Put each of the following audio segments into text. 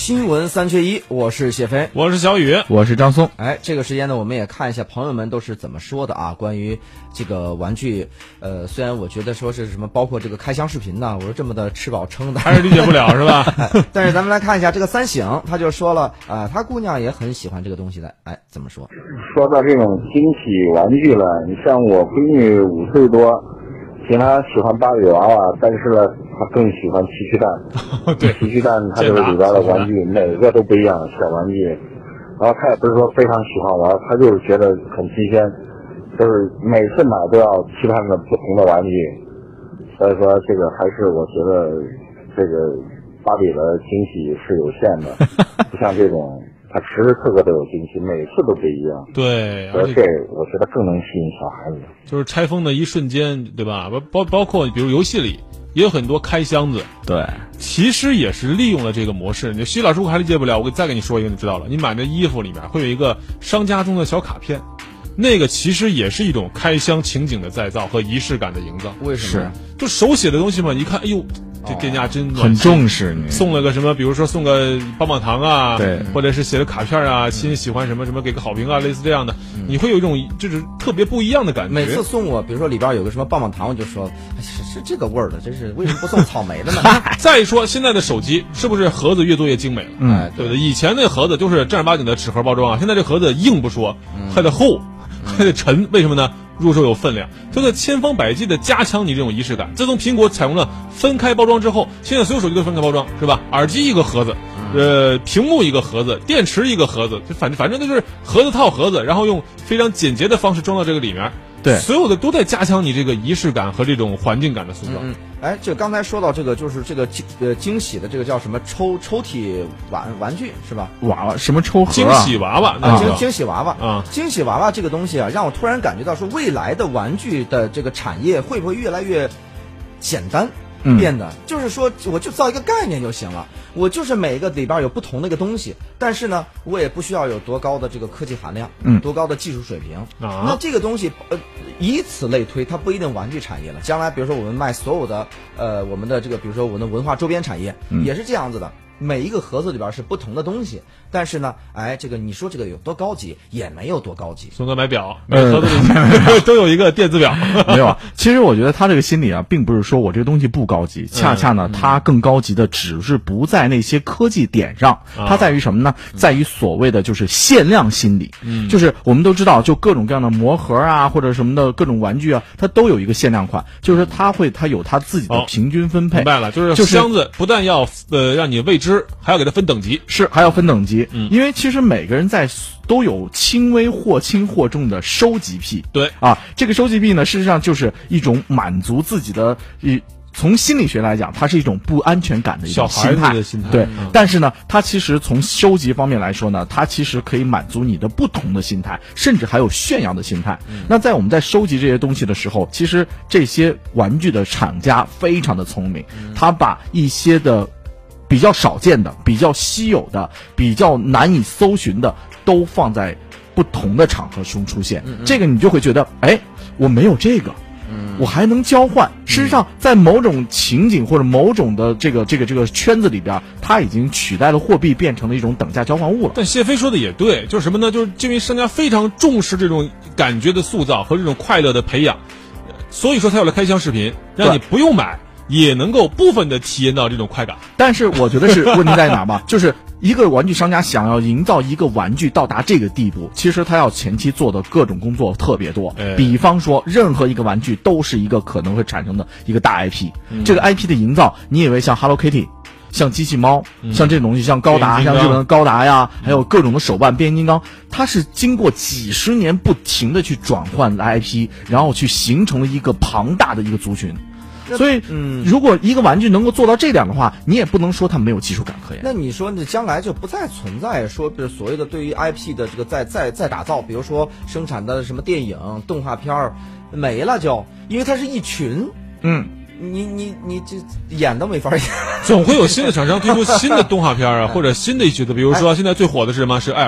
新闻三缺一，我是谢飞， 我是小雨， 我是张松。 这个时间呢，我们也看一下朋友们都是怎么说的啊。关于这个玩具，虽然我觉得说是什么，包括这个开箱视频呢，我说这么的吃饱撑的， 还是理解不了是吧？ 但是咱们来看一下这个三省，他就说了他姑娘也很喜欢这个东西的，怎么说？ 说到这种惊喜玩具了，你像我闺女5岁多。平常喜欢芭比娃娃，但是呢，她更喜欢奇趣蛋。 对， 奇趣蛋它就是里边的玩具，每个都不一样，小玩具。然后她也不是说非常喜欢玩，她就是觉得很新鲜，就是每次买都要期盼着不同的玩具。所以说，这个还是我觉得这个芭比的惊喜是有限的，不像这种。他时时刻刻都有惊喜，每次都不一样。 对， 而且我觉得更能吸引小孩子。 就是拆封的一瞬间，对吧？包括比如游戏里也有很多开箱子， 对， 其实也是利用了这个模式。你徐老师我还理解不了，我再给你说一个，你知道了。你买的衣服里面会有一个商家中的小卡片，那个其实也是一种开箱情景的再造和仪式感的营造。 为什么？ 就手写的东西嘛，一看，哎呦。这店家真很重视你， 送了个什么，比如说送个棒棒糖啊， 对， 或者是写的卡片啊，亲喜欢什么什么给个好评啊，类似这样的，你会有一种就是特别不一样的感觉。 每次送我，比如说里边有个什么棒棒糖，我就说是这个味儿的，这是为什么不送草莓的呢？ 再说现在的手机是不是盒子越做越精美了？对不对？以前那盒子就是正儿八经的纸盒包装啊，现在这盒子硬不说，还得厚，还得沉，为什么呢？入手有分量，就在千方百计的加强你这种仪式感。自从苹果采用了分开包装之后，现在所有手机都分开包装，是吧？耳机一个盒子，屏幕一个盒子，电池一个盒子，就反正就是盒子套盒子，然后用非常简洁的方式装到这个里面。 对， 所有的都在加强你这个仪式感和这种环境感的塑造。 这刚才说到这个，就是这个惊喜的这个叫什么抽屉玩具是吧？ 娃娃什么抽盒？ 惊喜娃娃， 惊喜娃娃啊！惊喜娃娃这个东西啊，让我突然感觉到说，未来的玩具的这个产业会不会越来越简单？变的，就是说我就造一个概念就行了，我就是每一个里边有不同的一个东西，但是呢，我也不需要有多高的这个科技含量，多高的技术水平那这个东西，以此类推，它不一定玩具产业了。将来比如说我们卖所有的我们的这个，比如说我们的文化周边产业，也是这样子的。每一个盒子里边是不同的东西，但是呢，这个你说这个有多高级，也没有多高级。 宋哥买表，每个盒子里都有一个电子表。 没有，其实我觉得他这个心理啊，并不是说我这个东西不高级，恰恰呢，它更高级的只是不在那些科技点上，它在于什么呢？在于所谓的就是限量心理。就是我们都知道，就各种各样的魔盒啊，或者什么的各种玩具啊，它都有一个限量款，就是它有它自己的平均分配。 明白了，就是箱子不但要让你未知。还要给它分等级， 还要分等级，因为其实每个人都有轻微或轻或重的收集癖， 对这个收集癖呢，事实上就是一种满足自己的从心理学来讲，它是一种不安全感的一种心态，对。但是呢，它其实从收集方面来说呢，它其实可以满足你的不同的心态，甚至还有炫耀的心态。那在我们在收集这些东西的时候，其实这些玩具的厂家非常的聪明，他把一些的比较少见的、比较稀有的、比较难以搜寻的，都放在不同的场合中出现。这个你就会觉得，我没有这个，我还能交换。事实上，在某种情景或者某种的这个圈子里边，它已经取代了货币，变成了一种等价交换物了。 但谢飞说的也对，就是什么呢？就是因为商家非常重视这种感觉的塑造和这种快乐的培养，所以说才有了开箱视频，让你不用买。也能够部分的体验到这种快感， 但是我觉得是问题在哪嘛？就是一个玩具商家想要营造一个玩具到达这个地步，其实他要前期做的各种工作特别多。比方说，任何一个玩具都是一个可能会产生的一个大 IP。这个 IP 的营造，你以为像 Hello Kitty、像机器猫、像这种东西，像高达、像日本的高达呀，还有各种的手办、变形金刚，它是经过几十年不停的去转换 IP， 然后去形成了一个庞大的一个族群。所以，如果一个玩具能够做到这点的话，你也不能说它没有技术感可言。 那你说，你将来就不再存在说，比如所谓的对于 IP 的这个再打造，比如说生产的什么电影、动画片儿没了就，因为它是一群，你这演都没法演。 总会有新的厂商推出新的动画片啊，或者新的角色，比如说现在最火的是什么？是艾尔莎。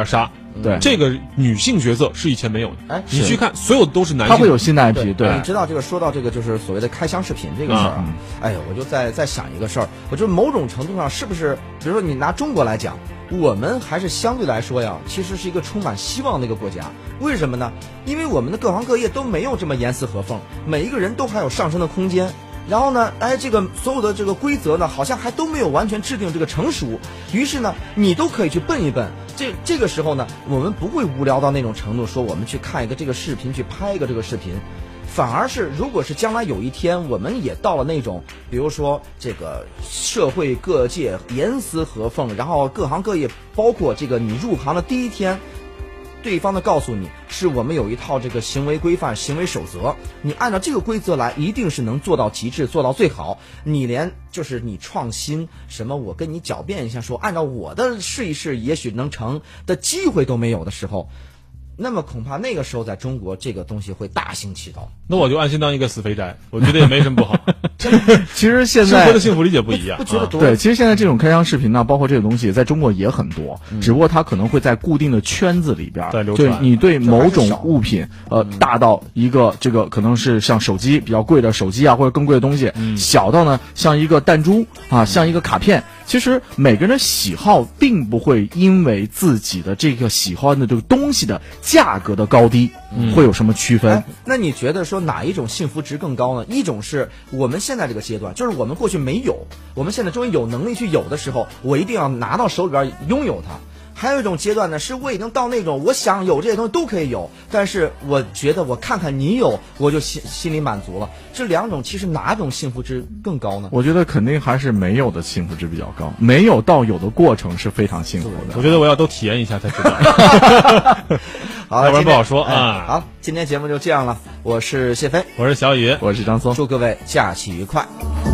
对， 这个女性角色是以前没有的。 哎， 你去看，所有都是男性， 他会有新的 IP。对， 你知道这个说到这个就是所谓的开箱视频这个事儿啊，哎呀，我就在想一个事儿，我觉得某种程度上是不是，比如说你拿中国来讲，我们还是相对来说呀，其实是一个充满希望的一个国家。为什么呢？因为我们的各行各业都没有这么严丝合缝，每一个人都还有上升的空间。然后呢，哎，这个所有的这个规则呢，好像还都没有完全制定这个成熟。于是呢，你都可以去奔一奔。这个时候呢，我们不会无聊到那种程度，说我们去看一个这个视频，去拍一个这个视频。反而是，如果是将来有一天我们也到了那种，比如说这个社会各界严丝合缝，然后各行各业，包括这个你入行的第一天，对方的告诉你是我们有一套这个行为规范、行为守则，你按照这个规则来，一定是能做到极致，做到最好。你连就是你创新什么，我跟你狡辩一下说，按照我的试一试，也许能成的机会都没有的时候。那么恐怕那个时候在中国这个东西会大行其道。 那我就安心当一个死肥宅，我觉得也没什么不好。 其实现在生活的幸福理解不一样， 不觉得多。 对，其实现在这种开箱视频呢，包括这个东西，在中国也很多，只不过它可能会在固定的圈子里边，就你对某种物品，大到一个这个可能是像手机比较贵的手机啊，或者更贵的东西，小到呢像一个弹珠啊，像一个卡片。其实每个人的喜好并不会因为自己的这个喜欢的这个东西的价格的高低，会有什么区分？ 那你觉得说哪一种幸福值更高呢？一种是我们现在这个阶段，就是我们过去没有，我们现在终于有能力去有的时候，我一定要拿到手里边拥有它。还有一种阶段呢，是我已经到那种我想有这些东西都可以有，但是我觉得我看看你有，我就心里满足了。这两种其实哪种幸福值更高呢？ 我觉得肯定还是没有的幸福值比较高，没有到有的过程是非常幸福的。 我觉得我要都体验一下才知道。 好， 要不然不好说啊。 好，今天节目就这样了。我是谢飞， 我是小雨， 我是张松， 祝各位假期愉快。